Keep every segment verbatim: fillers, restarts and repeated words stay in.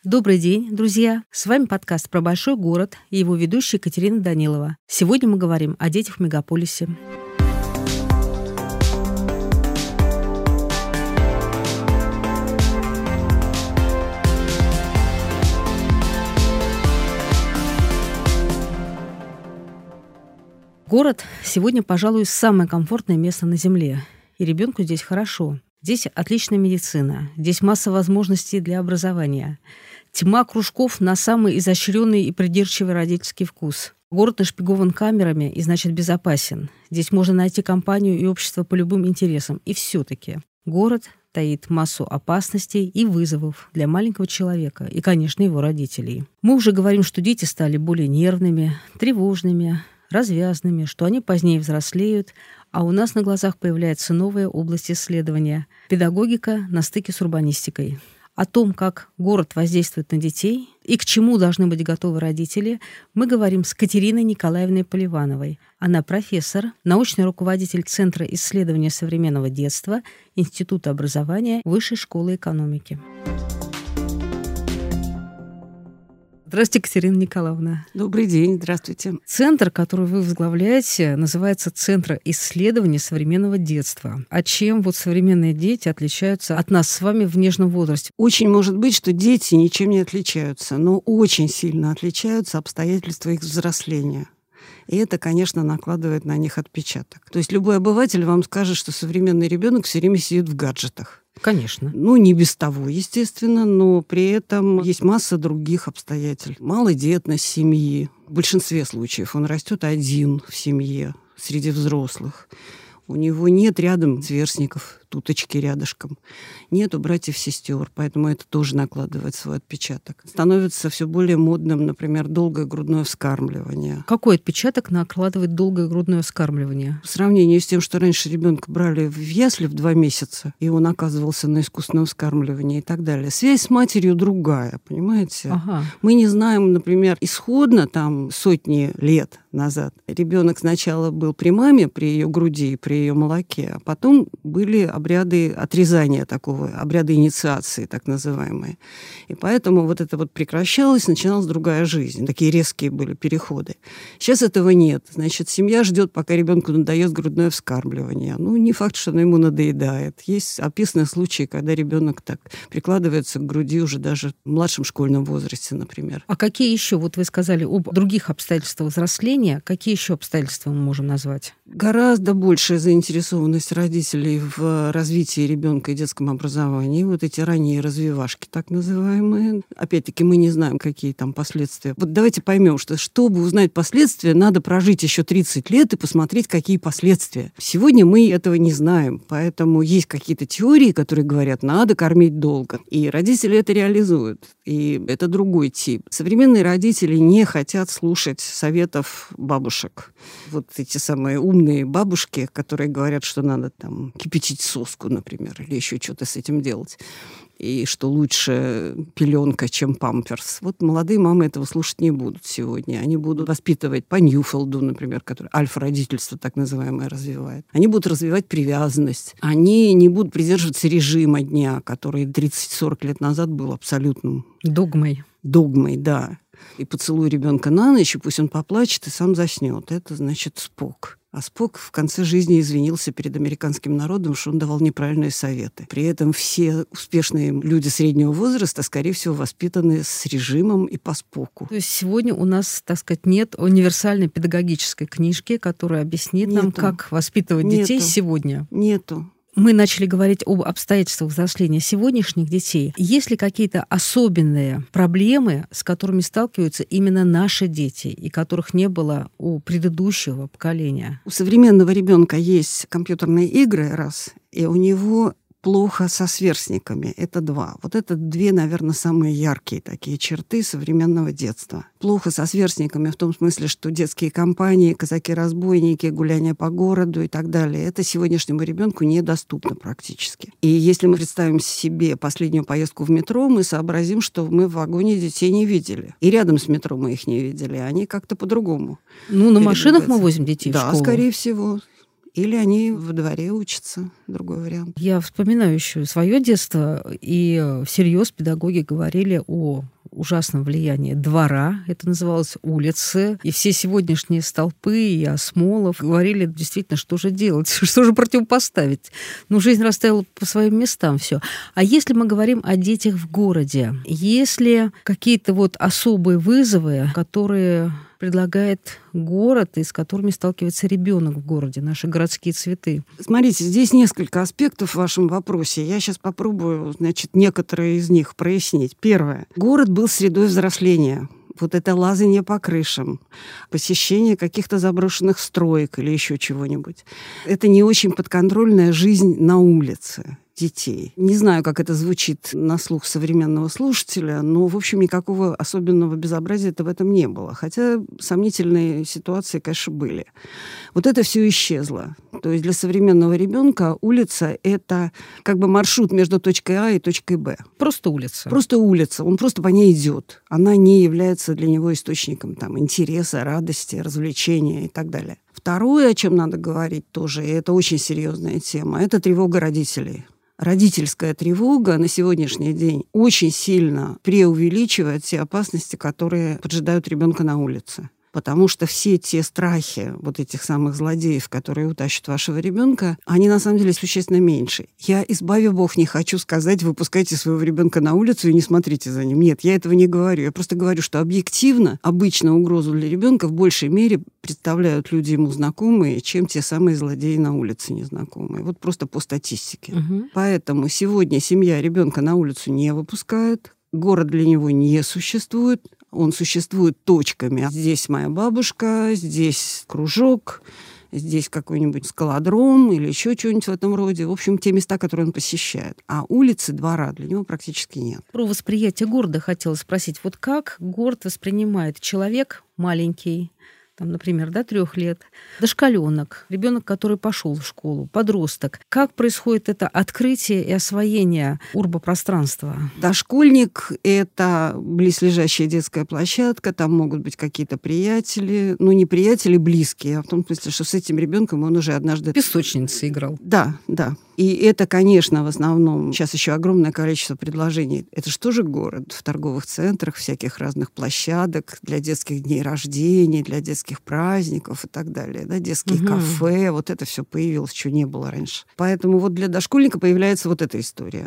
Добрый день, друзья! С вами подкаст про большой город и его ведущая Екатерина Данилова. Сегодня мы говорим о детях в мегаполисе. Город сегодня, пожалуй, самое комфортное место на Земле. И ребенку здесь хорошо. Здесь отличная медицина, здесь масса возможностей для образования. Тьма кружков на самый изощренный и придирчивый родительский вкус. Город нашпигован камерами и, значит, безопасен. Здесь можно найти компанию и общество по любым интересам. И все-таки город таит массу опасностей и вызовов для маленького человека и, конечно, его родителей. Мы уже говорим, что дети стали более нервными, тревожными, развязными, что они позднее взрослеют, а у нас на глазах появляется новая область исследования – педагогика на стыке с урбанистикой. О том, как город воздействует на детей и к чему должны быть готовы родители, мы говорим с Катериной Николаевной Поливановой. Она профессор, научный руководитель Центра исследования современного детства Института образования Высшей школы экономики. Здравствуйте, Катерина Николаевна. Добрый день, здравствуйте. Центр, который вы возглавляете, называется Центр исследования современного детства. А чем вот современные дети отличаются от нас с вами в нежном возрасте? Очень может быть, что дети ничем не отличаются, но очень сильно отличаются обстоятельства их взросления. И это, конечно, накладывает на них отпечаток. То есть любой обыватель вам скажет, что современный ребенок все время сидит в гаджетах. Конечно. Ну, не без того, естественно, но при этом есть масса других обстоятельств. Малодетность семьи. В большинстве случаев он растет один в семье среди взрослых. У него нет рядом сверстников, туточки рядышком. Нету братьев-сестер, поэтому это тоже накладывает свой отпечаток. Становится все более модным, например, долгое грудное вскармливание. Какой отпечаток накладывает долгое грудное вскармливание? В сравнении с тем, что раньше ребенка брали в ясли в два месяца, и он оказывался на искусственном вскармливании и так далее. Связь с матерью другая, понимаете? Ага. Мы не знаем, например, исходно там сотни лет назад ребенок сначала был при маме, при ее груди, при ее молоке, а потом были обряды отрезания такого, обряды инициации, так называемые. И поэтому вот это вот прекращалось, начиналась другая жизнь. Такие резкие были переходы. Сейчас этого нет. Значит, семья ждет, пока ребенку надоест грудное вскармливание. Ну, не факт, что оно ему надоедает. Есть описанные случаи, когда ребенок так прикладывается к груди уже даже в младшем школьном возрасте, например. А какие еще, вот вы сказали об других обстоятельствах взросления, какие еще обстоятельства мы можем назвать? Гораздо большая заинтересованность родителей в развитии ребенка и детском образовании. Вот эти ранние развивашки, так называемые. Опять-таки, мы не знаем, какие там последствия. Вот давайте поймем, что чтобы узнать последствия, надо прожить еще тридцать лет и посмотреть, какие последствия. Сегодня мы этого не знаем, поэтому есть какие-то теории, которые говорят, надо кормить долго. И родители это реализуют. И это другой тип. Современные родители не хотят слушать советов бабушек. Вот эти самые умные бабушки, которые говорят, что надо там кипятить соску, например, или еще что-то с этим делать. И что лучше пеленка, чем памперс. Вот молодые мамы этого слушать не будут сегодня. Они будут воспитывать по Ньюфелду, например, который альфа-родительство так называемое развивает. Они будут развивать привязанность. Они не будут придерживаться режима дня, который тридцать-сорок лет назад был абсолютным Догмой. Догмой, да. И поцелуй ребенка на ночь, и пусть он поплачет и сам заснет. Это значит Спок. А Спок в конце жизни извинился перед американским народом, что он давал неправильные советы. При этом все успешные люди среднего возраста, скорее всего, воспитаны с режимом и по Споку. То есть сегодня у нас, так сказать, нет универсальной педагогической книжки, которая объяснит Нету. нам, как воспитывать Нету. детей сегодня. Нету. Мы начали говорить об обстоятельствах взросления сегодняшних детей. Есть ли какие-то особенные проблемы, с которыми сталкиваются именно наши дети, и которых не было у предыдущего поколения? У современного ребенка есть компьютерные игры, раз, и у него плохо со сверстниками. Это два. Вот это две, наверное, самые яркие такие черты современного детства. Плохо со сверстниками в том смысле, что детские компании, казаки-разбойники, гуляние по городу и так далее, это сегодняшнему ребенку недоступно практически. И если мы представим себе последнюю поездку в метро, мы сообразим, что мы в вагоне детей не видели. И рядом с метро мы их не видели. Они как-то по-другому. Ну, на машинах мы возим детей да, в школу? Да, скорее всего. или они во дворе учатся. Другой вариант. Я вспоминаю еще свое детство, и всерьез педагоги говорили о ужасном влиянии двора, это называлось улицы, и все сегодняшние столпы и Осмолов говорили действительно, что же делать, что же противопоставить. Ну, жизнь расставила по своим местам все. А если мы говорим о детях в городе, есть ли какие-то вот особые вызовы, которые предлагает город, и с которыми сталкивается ребенок в городе, наши городские цветы? Смотрите, здесь несколько аспектов в вашем вопросе. Я сейчас попробую, значит, некоторые из них прояснить. Первое. Город был средой взросления. Вот это лазанье по крышам, посещение каких-то заброшенных строек или еще чего-нибудь. Это не очень подконтрольная жизнь на улице детей. Не знаю, как это звучит на слух современного слушателя, но, в общем, никакого особенного безобразия-то в этом не было. Хотя сомнительные ситуации, конечно, были. Вот это все исчезло. То есть для современного ребенка улица — это как бы маршрут между точкой А и точкой Б. Просто улица. Просто улица. Он просто по ней идет. Она не является для него источником там, интереса, радости, развлечения и так далее. Второе, о чем надо говорить тоже, и это очень серьезная тема, это тревога родителей. Родительская тревога на сегодняшний день очень сильно преувеличивает те опасности, которые поджидают ребенка на улице. Потому что все те страхи вот этих самых злодеев, которые утащат вашего ребенка, они на самом деле существенно меньше. Я, избави бог, не хочу сказать, выпускайте своего ребенка на улицу и не смотрите за ним. Нет, я этого не говорю. Я просто говорю, что объективно, обычно угрозу для ребенка в большей мере представляют люди ему знакомые, чем те самые злодеи на улице незнакомые. Вот просто по статистике. Угу. Поэтому сегодня семья ребенка на улицу не выпускает, город для него не существует. Он существует точками. Здесь моя бабушка, здесь кружок, здесь какой-нибудь скалодром или еще что-нибудь в этом роде. В общем, те места, которые он посещает. А улицы, двора для него практически нет. Про восприятие города хотела спросить. Вот как город воспринимает человек маленький, там, например, до трех лет, дошколенок, ребенок, который пошел в школу, подросток. Как происходит это открытие и освоение урбопространства? Дошкольник — это близлежащая детская площадка, там могут быть какие-то приятели, ну, не приятели близкие, а в том смысле, что с этим ребенком он уже однажды... В песочнице играл. Да, да. И это, конечно, в основном, сейчас еще огромное количество предложений. Это же тоже город, в торговых центрах, всяких разных площадок для детских дней рождения, для детских праздников и так далее. Да, детские угу. кафе, вот это все появилось, чего не было раньше. Поэтому вот для дошкольника появляется вот эта история.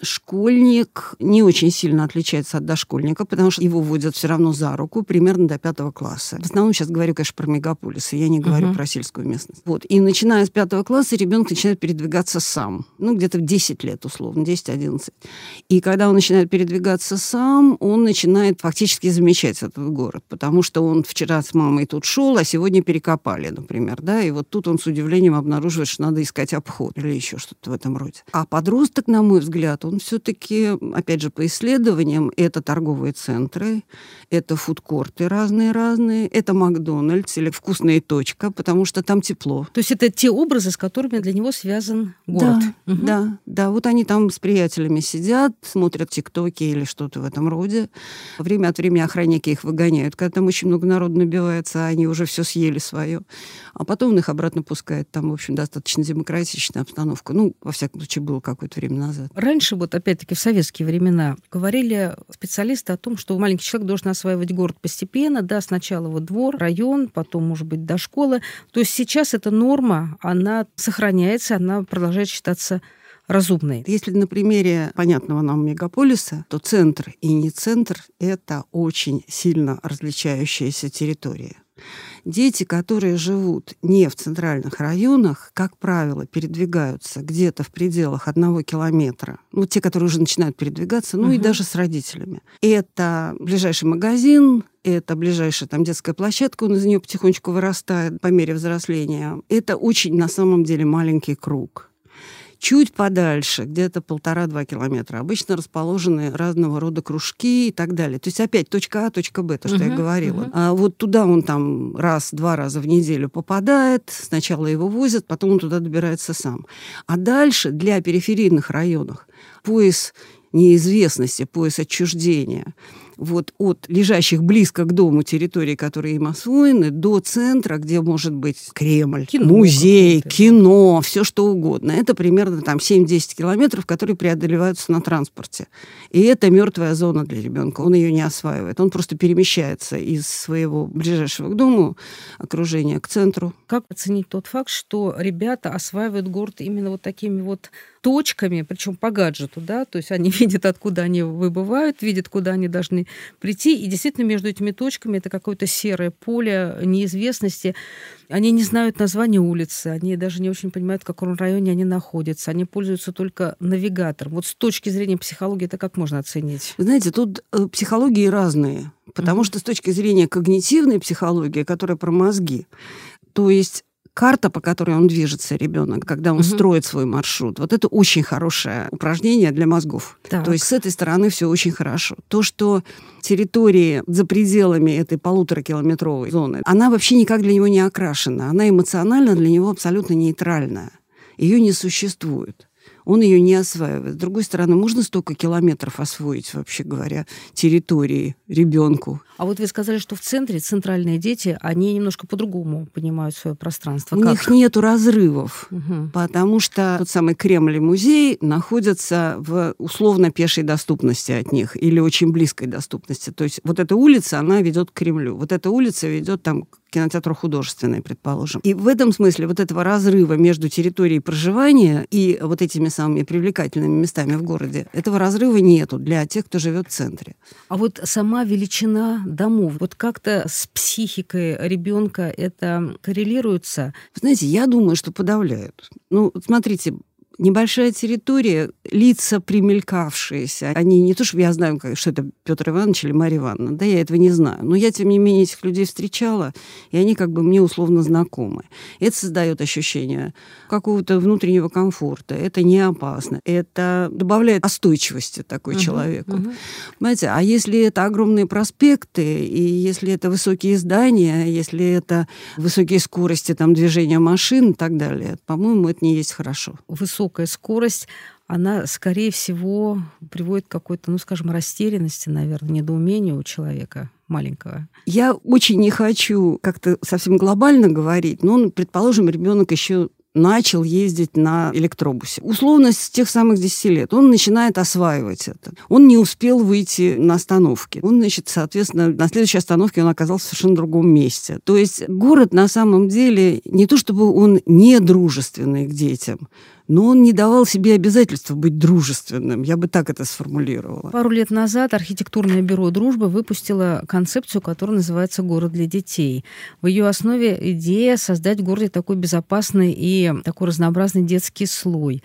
Школьник не очень сильно отличается от дошкольника, потому что его водят все равно за руку примерно до пятого класса. В основном сейчас говорю, конечно, про мегаполисы, я не говорю uh-huh. про сельскую местность. Вот. И начиная с пятого класса ребенок начинает передвигаться сам. Ну, где-то в десять лет, условно, десять-одиннадцать. И когда он начинает передвигаться сам, он начинает фактически замечать этот город, потому что он вчера с мамой тут шел, а сегодня перекопали, например, да, и вот тут он с удивлением обнаруживает, что надо искать обход или еще что-то в этом роде. А подросток, на мой взгляд, он все-таки, опять же, по исследованиям, это торговые центры, это фудкорты разные-разные, это Макдональдс или вкусная точка, потому что там тепло. То есть это те образы, с которыми для него связан город. Да, угу. да, да. Вот они там с приятелями сидят, смотрят тиктоки или что-то в этом роде. Время от времени охранники их выгоняют, когда там очень много народу набивается, а они уже все съели свое. А потом он их обратно пускает. Там, в общем, достаточно демократичная обстановка. Ну, во всяком случае, было какое-то время назад. Раньше, вот опять-таки в советские времена, говорили специалисты о том, что маленький человек должен осваивать город постепенно, да, сначала вот двор, район, потом, может быть, до школы. То есть сейчас эта норма, она сохраняется, она продолжает считаться разумной. Если на примере понятного нам мегаполиса, то центр и не центр — это очень сильно различающиеся территории. Дети, которые живут не в центральных районах, как правило, передвигаются где-то в пределах одного километра. Ну, те, которые уже начинают передвигаться, ну, uh-huh. и даже с родителями. Это ближайший магазин, это ближайшая там детская площадка, он из нее потихонечку вырастает по мере взросления. Это очень, на самом деле, маленький круг. Чуть подальше, где-то полтора-два километра, обычно расположены разного рода кружки и так далее. То есть опять точка А, точка Б, то, что uh-huh, я говорила. Uh-huh. А вот туда он там раз-два раза в неделю попадает, сначала его возят, потом он туда добирается сам. А дальше для периферийных районов пояс неизвестности, пояс отчуждения. вот от лежащих близко к дому территорий, которые им освоены, до центра, где может быть Кремль, кино, музей, кино, все что угодно. Это примерно там семь-десять километров, которые преодолеваются на транспорте. И это мертвая зона для ребенка. Он ее не осваивает. Он просто перемещается из своего ближайшего к дому окружения к центру. Как оценить тот факт, что ребята осваивают город именно вот такими вот точками, причем по гаджету, да, то есть они видят, откуда они выбывают, видят, куда они должны прийти, и действительно между этими точками это какое-то серое поле неизвестности. Они не знают названия улицы, они даже не очень понимают, в каком районе они находятся, они пользуются только навигатором. Вот с точки зрения психологии это как можно оценить? Вы знаете, тут э, психологии разные, потому mm-hmm. что с точки зрения когнитивной психологии, которая про мозги, то есть карта, по которой он движется, ребенок, когда он угу. строит свой маршрут, вот это очень хорошее упражнение для мозгов. Так. То есть с этой стороны все очень хорошо. То, что территории за пределами этой полуторакилометровой зоны, она вообще никак для него не окрашена. Она эмоционально для него абсолютно нейтральная. Ее не существует. Он ее не осваивает. С другой стороны, можно столько километров освоить, вообще говоря, территории ребенку. А вот вы сказали, что в центре центральные дети, они немножко по-другому понимают свое пространство. У как? них нету разрывов, угу. потому что тот самый Кремль и музей находятся в условно пешей доступности от них или очень близкой доступности. То есть вот эта улица, она ведет к Кремлю. Вот эта улица ведет там к кинотеатру Художественный, предположим. И в этом смысле вот этого разрыва между территорией проживания и вот этими самыми привлекательными местами в городе, этого разрыва нету для тех, кто живет в центре. А вот сама величина домов, вот как-то с психикой ребенка это коррелируется? Вы знаете, я думаю, что подавляют. Ну, смотрите, небольшая территория, лица примелькавшиеся. Они не то, чтобы я знаю, что это Петр Иванович или Марья Ивановна, да, я этого не знаю. Но я, тем не менее, этих людей встречала, и они как бы мне условно знакомы. Это создает ощущение какого-то внутреннего комфорта. Это не опасно. Это добавляет остойчивости такой uh-huh, человеку. Uh-huh. Понимаете, а если это огромные проспекты, и если это высокие здания, если это высокие скорости там, движения машин и так далее, по-моему, это не есть хорошо. Высокая скорость, она, скорее всего, приводит к какой-то, ну, скажем, растерянности, наверное, недоумению у человека маленького. Я очень не хочу как-то совсем глобально говорить, но, предположим, ребенок еще начал ездить на электробусе. Условно, с тех самых десяти лет он начинает осваивать это. Он не успел выйти на остановке. Он, значит, соответственно, на следующей остановке он оказался в совершенно другом месте. То есть город на самом деле не то чтобы он не дружественный к детям, но он не давал себе обязательства быть дружественным. Я бы так это сформулировала. Пару лет назад архитектурное бюро «Дружба» выпустило концепцию, которая называется «Город для детей». В ее основе идея создать в городе такой безопасный и такой разнообразный детский слой.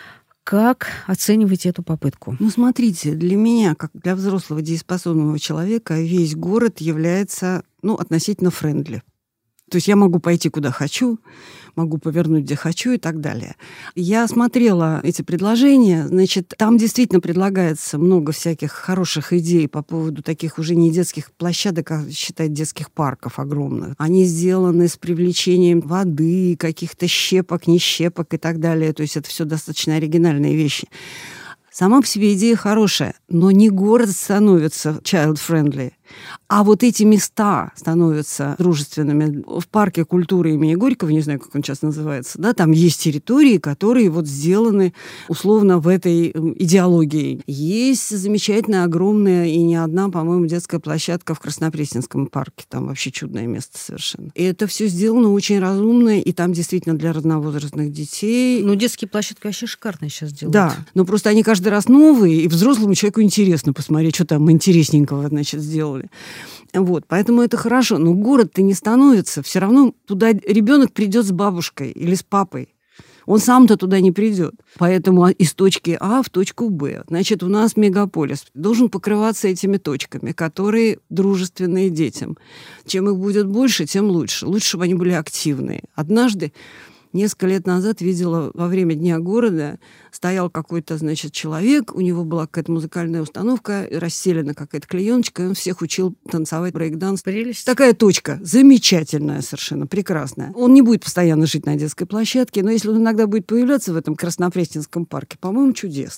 Как оцениваете эту попытку? Ну, смотрите, для меня, как для взрослого дееспособного человека, весь город является, ну, относительно френдли. То есть я могу пойти куда хочу, могу повернуть где хочу и так далее. Я смотрела эти предложения, значит, там действительно предлагается много всяких хороших идей по поводу таких уже не детских площадок, а считать детских парков огромных. Они сделаны с привлечением воды, каких-то щепок, не щепок и так далее. То есть это все достаточно оригинальные вещи. Сама по себе идея хорошая, но не город становится child-friendly, а вот эти места становятся дружественными. В парке культуры имени Горького, не знаю, как он сейчас называется, да, там есть территории, которые вот сделаны условно в этой идеологии. Есть замечательная, огромная и не одна, по-моему, детская площадка в Краснопресненском парке. Там вообще чудное место совершенно. И это все сделано очень разумно, и там действительно для разновозрастных детей. Ну, детские площадки вообще шикарные сейчас делают. Да, но просто они каждый раз новые, и взрослому человеку интересно посмотреть, что там интересненького, значит, сделали. Вот, поэтому это хорошо. Но город-то не становится. Все равно туда ребенок придет с бабушкой или с папой. Он сам-то туда не придет. Поэтому из точки А в точку Б. Значит, у нас мегаполис должен покрываться этими точками, которые дружественные детям. Чем их будет больше, тем лучше. Лучше, чтобы они были активные. Однажды, несколько лет назад, видела во время Дня города, стоял какой-то, значит, человек, у него была какая-то музыкальная установка, расселена какая-то клееночка, и он всех учил танцевать брейк-данс. Прелесть. Такая точка, замечательная совершенно, прекрасная. Он не будет постоянно жить на детской площадке, но если он иногда будет появляться в этом Краснопресненском парке, по-моему, чудесно.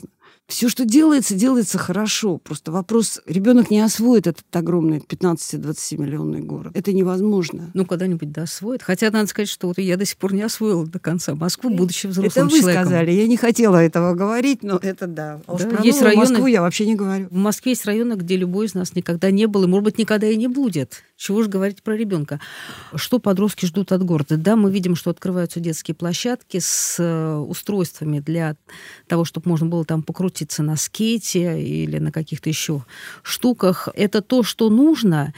Все, что делается, делается хорошо. Просто вопрос, ребенок не освоит этот огромный пятнадцати-двадцатимиллионный город. Это невозможно. Ну, когда-нибудь да, освоит. Хотя, надо сказать, что вот я до сих пор не освоила до конца Москву, будучи взрослым человеком. Это вы человеком. сказали. Я не хотела этого говорить, но это да. А уж Да, про есть новую районы- Москву я вообще не говорю. В Москве есть районы, где любой из нас никогда не был, и, может быть, никогда и не будет. Чего же говорить про ребенка? Что подростки ждут от города? Да, мы видим, что открываются детские площадки с э, устройствами для того, чтобы можно было там покрутиться на скейте или на каких-то еще штуках. Это то, что нужно?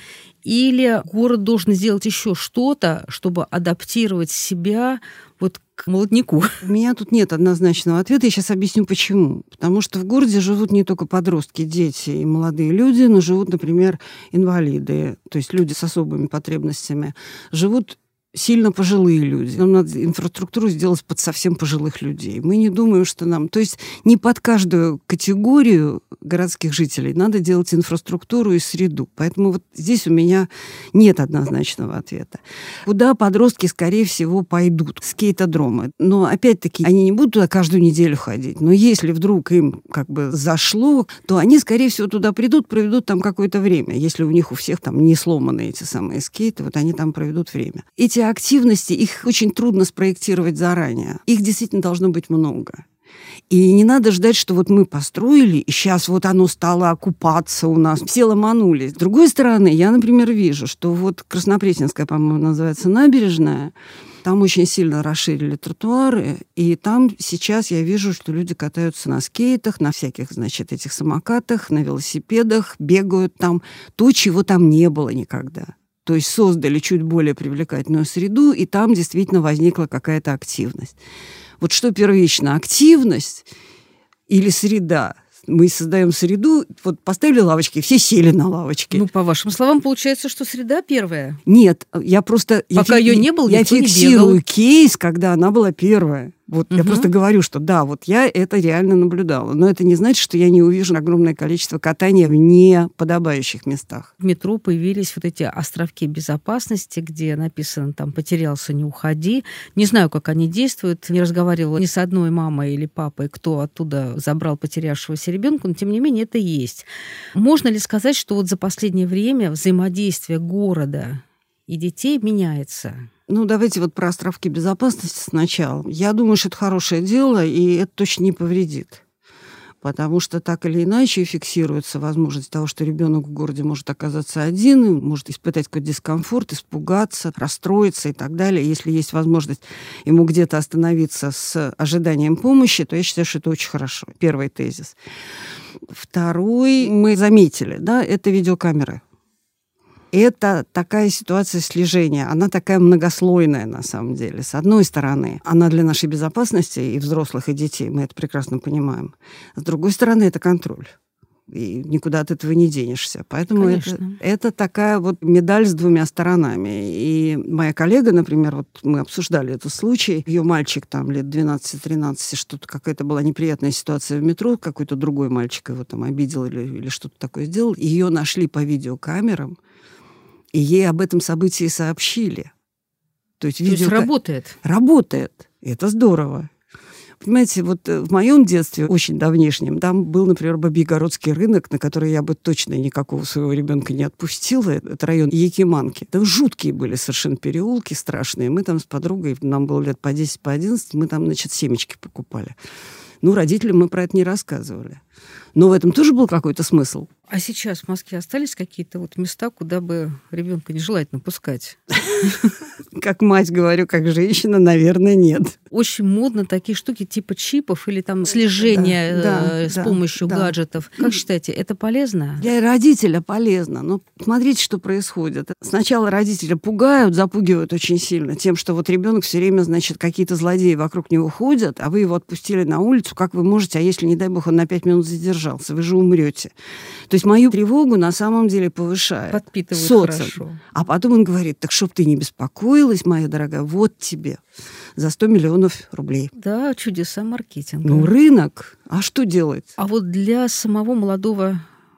Или город должен сделать еще что-то, чтобы адаптировать себя вот к молодняку? У меня тут нет однозначного ответа. Я сейчас объясню, почему. Потому что в городе живут не только подростки, дети и молодые люди, но живут, например, инвалиды, то есть люди с особыми потребностями. Живут сильно пожилые люди. Нам надо инфраструктуру сделать под совсем пожилых людей. Мы не думаем, что нам... То есть не под каждую категорию городских жителей надо делать инфраструктуру и среду. Поэтому вот здесь у меня нет однозначного ответа. Куда подростки, скорее всего, пойдут? Скейтодромы. Но, опять-таки, они не будут туда каждую неделю ходить. Но если вдруг им как бы зашло, то они, скорее всего, туда придут, проведут там какое-то время. Если у них у всех там не сломаны эти самые скейты, вот они там проведут время. Эти активности, их очень трудно спроектировать заранее. Их действительно должно быть много. И не надо ждать, что вот мы построили, и сейчас вот оно стало окупаться у нас. Все ломанулись. С другой стороны, я, например, вижу, что вот Краснопресненская, по-моему, называется, набережная, там очень сильно расширили тротуары, и там сейчас я вижу, что люди катаются на скейтах, на всяких, значит, этих самокатах, на велосипедах, бегают там. То, чего там не было никогда. То есть создали чуть более привлекательную среду, и там действительно возникла какая-то активность. Вот что первично, активность или среда? Мы создаем среду, вот поставили лавочки, все сели на лавочки. Ну, по вашим словам, получается, что среда первая. Нет, я просто... Пока я, ее не было, я никто не фиксирую бегал. кейс, когда она была первая. Вот Угу. Я просто говорю, что да, вот я это реально наблюдала. Но это не значит, что я не увижу огромное количество катания в неподобающих местах. В метро появились вот эти островки безопасности, где написано там «потерялся, не уходи». Не знаю, как они действуют. Не разговаривала ни с одной мамой или папой, кто оттуда забрал потерявшегося ребенка, но тем не менее это есть. Можно ли сказать, что вот за последнее время взаимодействие города и детей меняется? Ну, давайте вот про островки безопасности сначала. Я думаю, что это хорошее дело, и это точно не повредит. Потому что так или иначе фиксируется возможность того, что ребенок в городе может оказаться один, может испытать какой-то дискомфорт, испугаться, расстроиться и так далее. Если есть возможность ему где-то остановиться с ожиданием помощи, то я считаю, что это очень хорошо. Первый тезис. Второй, мы заметили, да, это видеокамеры. Это такая ситуация слежения, она такая многослойная на самом деле. С одной стороны, она для нашей безопасности и взрослых, и детей, мы это прекрасно понимаем. С другой стороны, это контроль. И никуда от этого не денешься. Поэтому это, это такая вот медаль с двумя сторонами. И моя коллега, например, вот мы обсуждали этот случай, ее мальчик там лет двенадцать-тринадцать, что-то какая-то была неприятная ситуация в метро, какой-то другой мальчик его там обидел или, или что-то такое сделал. Ее нашли по видеокамерам, и ей об этом событии сообщили. То есть, То видео... есть работает? Работает. Это здорово. Понимаете, вот в моем детстве, очень давнешнем, там был, например, Бабьегородский рынок, на который я бы точно никакого своего ребенка не отпустила. Это район Якиманки. Там жуткие были совершенно переулки, страшные. Мы там с подругой, нам было лет по десять, по одиннадцать, мы там, значит, семечки покупали. Ну, родителям мы про это не рассказывали. Но в этом тоже был какой-то смысл. А сейчас в Москве остались какие-то вот места, куда бы ребенка нежелательно пускать? Как мать говорю, как женщина, наверное, нет. Очень модно такие штуки типа чипов или там слежения да, э, с да, помощью да. гаджетов. Как считаете, это полезно? Для родителя полезно. Но смотрите, что происходит. Сначала родители пугают, запугивают очень сильно тем, что вот ребенок все время, значит, какие-то злодеи вокруг него ходят, а вы его отпустили на улицу, как вы можете, а если, не дай бог, он на пять минут задержался, вы же умрете. То есть мою тревогу на самом деле повышает. Подпитывает социум. Хорошо. А потом он говорит, так чтоб ты не беспокоилась, моя дорогая, вот тебе за сто миллионов рублей. Да, чудеса маркетинга. Ну, рынок. А что делать? А вот для самого молодого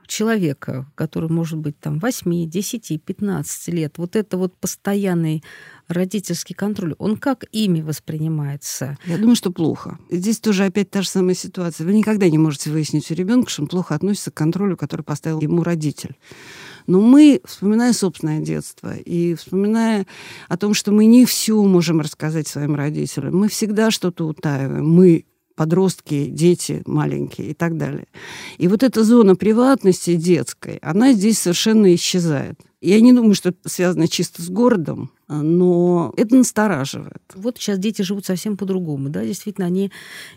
человека, который может быть там восемь, десять, пятнадцать лет, вот это вот постоянный родительский контроль, он как ими воспринимается? Я думаю, что плохо. Здесь тоже опять та же самая ситуация. Вы никогда не можете выяснить у ребенка, что он плохо относится к контролю, который поставил ему родитель. Но мы, вспоминая собственное детство и вспоминая о том, что мы не все можем рассказать своим родителям, мы всегда что-то утаиваем. Мы подростки, дети маленькие и так далее. И вот эта зона приватности детской, она здесь совершенно исчезает. Я не думаю, что это связано чисто с городом, но это настораживает. Вот сейчас дети живут совсем по-другому. Да? Действительно, они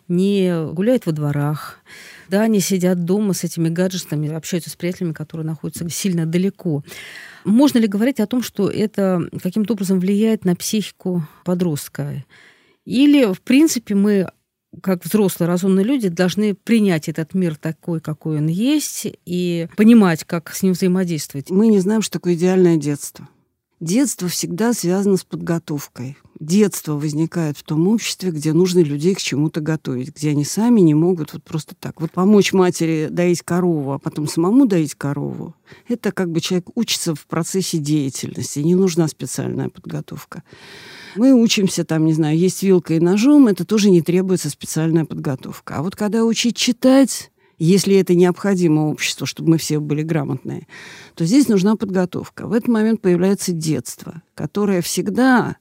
не гуляют во дворах, да, они сидят дома с этими гаджетами, общаются с приятелями, которые находятся сильно далеко. Можно ли говорить о том, что это каким-то образом влияет на психику подростка? Или, в принципе, мы, как взрослые разумные люди, должны принять этот мир такой, какой он есть, и понимать, как с ним взаимодействовать? Мы не знаем, что такое идеальное детство. Детство всегда связано с подготовкой. Детство возникает в том обществе, где нужно людей к чему-то готовить, где они сами не могут вот просто так. Вот помочь матери доить корову, а потом самому доить корову, это как бы человек учится в процессе деятельности, не нужна специальная подготовка. Мы учимся, там, не знаю, есть вилкой и ножом, это тоже не требуется специальная подготовка. А вот когда учить читать, если это необходимо обществу, чтобы мы все были грамотные, то здесь нужна подготовка. В этот момент появляется детство, которое всегда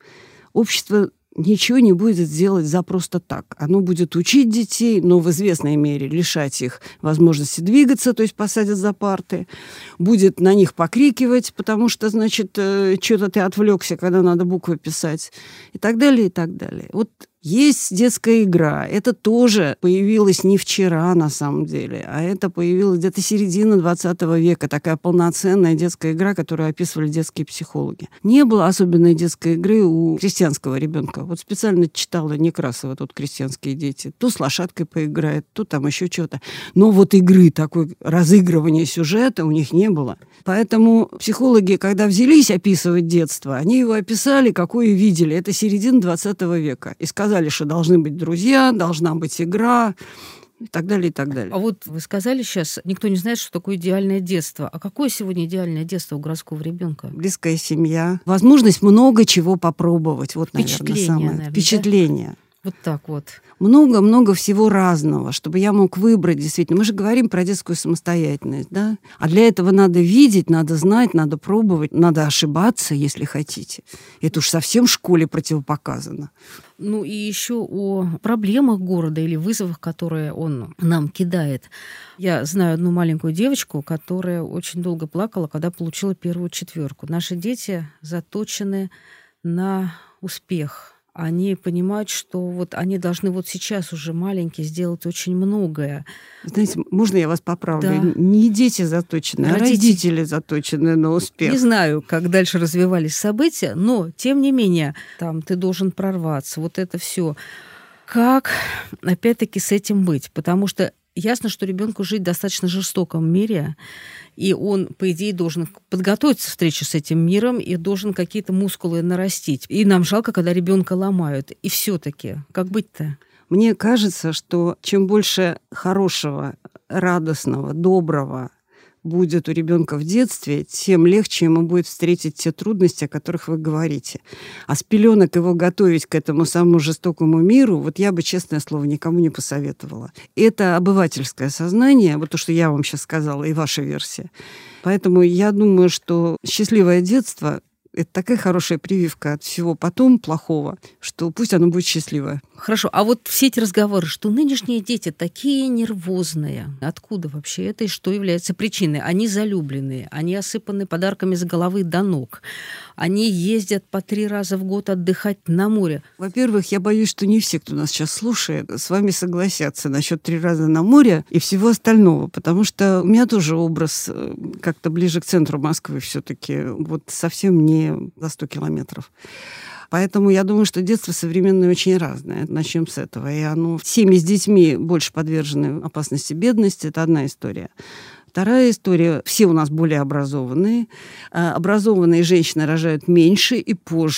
общество ничего не будет сделать за просто так. Оно будет учить детей, но в известной мере лишать их возможности двигаться, то есть посадят за парты, будет на них покрикивать, потому что, значит, что-то ты отвлекся, когда надо буквы писать, и так далее, и так далее. Вот есть детская игра. Это тоже появилось не вчера, на самом деле, а это появилось где-то середина двадцатого века. Такая полноценная детская игра, которую описывали детские психологи. Не было особенной детской игры у крестьянского ребенка. Вот специально читала Некрасова, тут крестьянские дети. То с лошадкой поиграет, то там еще что-то. Но вот игры, такой разыгрывания сюжета у них не было. Поэтому психологи, когда взялись описывать детство, они его описали, какое видели. Это середина двадцатого века. И сказали, что должны быть друзья, должна быть игра и так далее, и так далее. А вот вы сказали сейчас, никто не знает, что такое идеальное детство. А какое сегодня идеальное детство у городского ребенка? Близкая семья. Возможность много чего попробовать. Вот, наверное, самое. Наверное, Впечатление. Да? Вот так вот. Много-много всего разного, чтобы я мог выбрать действительно. Мы же говорим про детскую самостоятельность, да? А для этого надо видеть, надо знать, надо пробовать, надо ошибаться, если хотите. Это уж совсем в школе противопоказано. Ну и еще о проблемах города или вызовах, которые он нам кидает. Я знаю одну маленькую девочку, которая очень долго плакала, когда получила первую четверку. Наши дети заточены на успех. Они понимают, что вот они должны вот сейчас уже маленькие сделать очень многое. Знаете, можно я вас поправлю? Да. Не дети заточены, Родители. а родители заточены на успех. Не знаю, как дальше развивались события, но, тем не менее, там ты должен прорваться, вот это все. Как, опять-таки, с этим быть? Потому что ясно, что ребенку жить в достаточно жестоком мире, и он, по идее, должен подготовиться к встрече с этим миром и должен какие-то мускулы нарастить. И нам жалко, когда ребенка ломают. И все-таки, как быть-то? Мне кажется, что чем больше хорошего, радостного, доброго будет у ребенка в детстве, тем легче ему будет встретить те трудности, о которых вы говорите. А с пеленок его готовить к этому самому жестокому миру, вот я бы, честное слово, никому не посоветовала. Это обывательское сознание, вот то, что я вам сейчас сказала, и ваша версия. Поэтому я думаю, что счастливое детство — это такая хорошая прививка от всего потом плохого, что пусть оно будет счастливое. Хорошо, а вот все эти разговоры, что нынешние дети такие нервозные, откуда вообще это и что является причиной? Они залюбленные, они осыпаны подарками с головы до ног, они ездят по три раза в год отдыхать на море. Во-первых, я боюсь, что не все, кто нас сейчас слушает, с вами согласятся насчет три раза на море и всего остального, потому что у меня тоже образ как-то ближе к центру Москвы все-таки, вот совсем не за сто километров. Поэтому я думаю, что детство современное очень разное. Начнем с этого. И оно... Семьи с детьми больше подвержены опасности бедности. Это одна история. Вторая история. Все у нас более образованные. Образованные женщины рожают меньше и позже.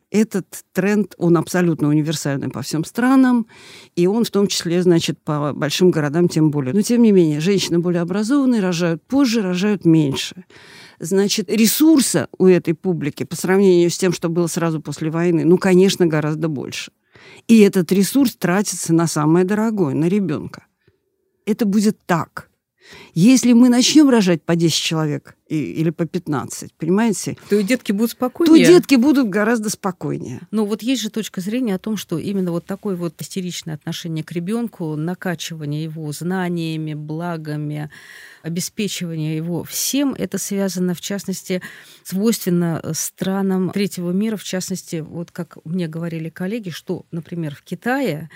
Этот тренд, он абсолютно универсальный по всем странам, и он в том числе, значит, по большим городам тем более. Но, тем не менее, женщины более образованные, рожают позже, рожают меньше. Значит, ресурса у этой публики по сравнению с тем, что было сразу после войны, ну, конечно, гораздо больше. И этот ресурс тратится на самое дорогое, на ребенка. Это будет так. Если мы начнем рожать по десять человек и, или по пятнадцать, понимаете? То и детки будут спокойнее. То детки будут гораздо спокойнее. Но вот есть же точка зрения о том, что именно вот такое вот истеричное отношение к ребенку, накачивание его знаниями, благами, обеспечивание его всем, это связано, в частности, свойственно странам третьего мира, в частности, вот как мне говорили коллеги, что, например, в Китае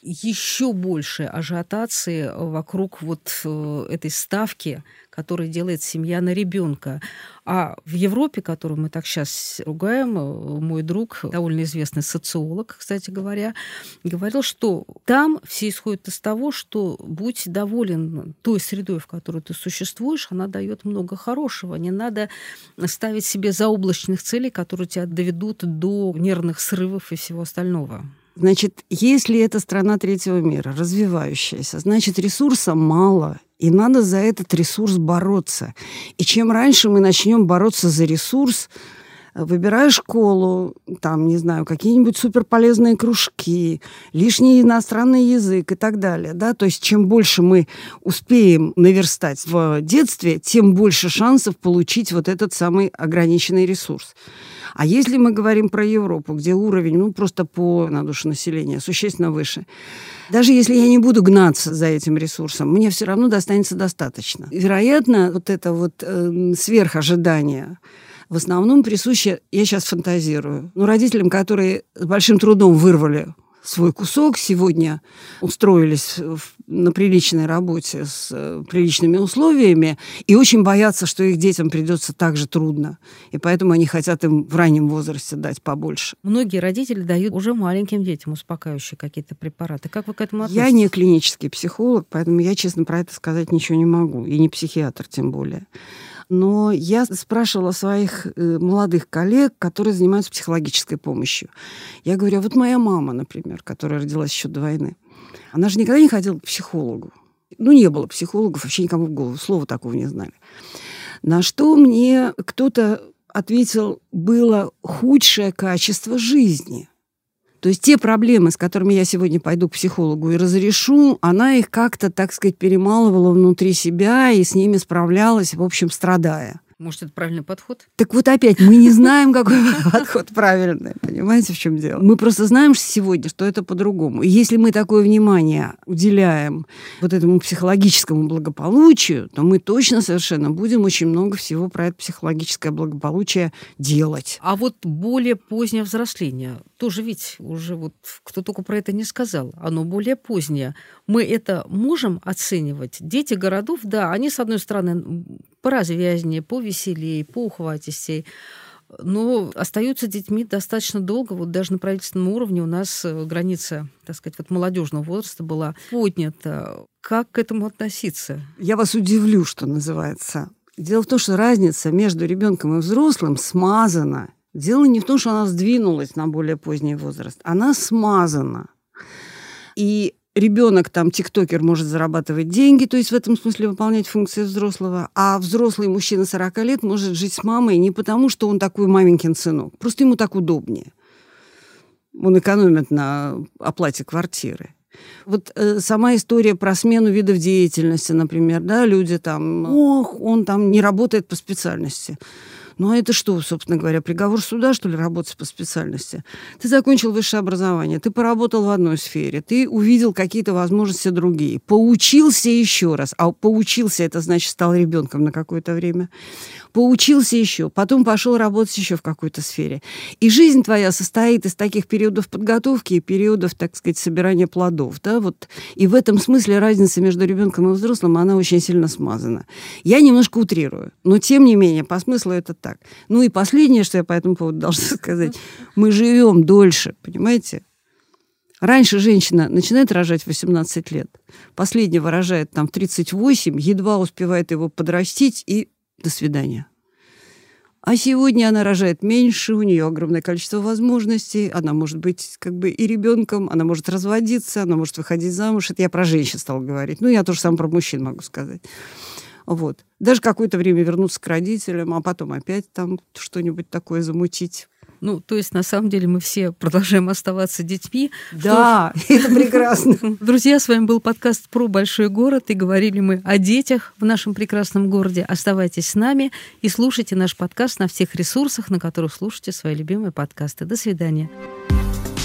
еще больше ажиотации вокруг вот этой ставки, которую делает семья на ребенка. А в Европе, которую мы так сейчас ругаем, мой друг, довольно известный социолог, кстати говоря, говорил, что там все исходят из того, что будь доволен той средой, в которой ты существуешь, она дает много хорошего. Не надо ставить себе заоблачных целей, которые тебя доведут до нервных срывов и всего остального. Значит, если это страна третьего мира, развивающаяся, значит, ресурса мало, и надо за этот ресурс бороться. И чем раньше мы начнем бороться за ресурс, выбирая школу, там, не знаю, какие-нибудь суперполезные кружки, лишний иностранный язык и так далее, да, то есть чем больше мы успеем наверстать в детстве, тем больше шансов получить вот этот самый ограниченный ресурс. А если мы говорим про Европу, где уровень, ну, просто по на душу населения существенно выше, даже если я не буду гнаться за этим ресурсом, мне все равно достанется достаточно. Вероятно, вот это вот э, сверхожидание в основном присуще, я сейчас фантазирую, ну, родителям, которые с большим трудом вырвали свой кусок, сегодня устроились на приличной работе с приличными условиями и очень боятся, что их детям придется так же трудно. И поэтому они хотят им в раннем возрасте дать побольше. Многие родители дают уже маленьким детям успокаивающие какие-то препараты. Как вы к этому относитесь? Я не клинический психолог, поэтому я, честно, про это сказать ничего не могу. И не психиатр тем более. Но я спрашивала своих э, молодых коллег, которые занимаются психологической помощью. Я говорю, а вот моя мама, например, которая родилась еще до войны, она же никогда не ходила к психологу. Ну, не было психологов, вообще никому в голову, слова такого не знали. На что мне кто-то ответил, было худшее качество жизни. То есть те проблемы, с которыми я сегодня пойду к психологу и разрешу, она их как-то, так сказать, перемалывала внутри себя и с ними справлялась, в общем, страдая. Может, это правильный подход? Так вот опять, мы не знаем, какой подход правильный. Понимаете, в чем дело? Мы просто знаем сегодня, что это по-другому. И если мы такое внимание уделяем вот этому психологическому благополучию, то мы точно совершенно будем очень много всего про это психологическое благополучие делать. А вот более позднее взросление, тоже ведь уже вот кто только про это не сказал, оно более позднее. Мы это можем оценивать? Дети городов, да, они, с одной стороны, поразвязнее, повеселее, поухватистей, но остаются детьми достаточно долго. Вот даже на правительственном уровне у нас граница, так сказать, вот молодежного возраста была поднята. Как к этому относиться? Я вас удивлю, что называется. Дело в том, что разница между ребенком и взрослым смазана. Дело не в том, что она сдвинулась на более поздний возраст. Она смазана. И ребенок, там, тиктокер, может зарабатывать деньги, то есть в этом смысле выполнять функции взрослого, а взрослый мужчина сорока лет может жить с мамой не потому, что он такой маменькин сынок, просто ему так удобнее. Он экономит на оплате квартиры. Вот э, сама история про смену видов деятельности, например, да, люди там, ох, он там не работает по специальности. Ну, а это что, собственно говоря, приговор суда, что ли, работать по специальности? Ты закончил высшее образование, ты поработал в одной сфере, ты увидел какие-то возможности другие, поучился еще раз, а поучился, это значит, стал ребенком на какое-то время, поучился еще, потом пошел работать еще в какой-то сфере. И жизнь твоя состоит из таких периодов подготовки и периодов, так сказать, собирания плодов, да, вот. И в этом смысле разница между ребенком и взрослым, она очень сильно смазана. Я немножко утрирую, но тем не менее, по смыслу это так. Ну и последнее, что я по этому поводу должна сказать. Мы живем дольше, понимаете? Раньше женщина начинает рожать в восемнадцать лет, последнего рожает там в тридцать восемь, едва успевает его подрастить и до свидания. А сегодня она рожает меньше, у нее огромное количество возможностей, она может быть как бы и ребенком, она может разводиться, она может выходить замуж. Это я про женщин стала говорить. Ну, я тоже сам про мужчин могу сказать. Вот. Даже какое-то время вернуться к родителям, а потом опять там что-нибудь такое замутить. Ну, то есть, на самом деле, мы все продолжаем оставаться детьми. Да, что... это прекрасно. Друзья, с вами был подкаст про большой город, и говорили мы о детях в нашем прекрасном городе. Оставайтесь с нами и слушайте наш подкаст на всех ресурсах, на которых слушаете свои любимые подкасты. До свидания.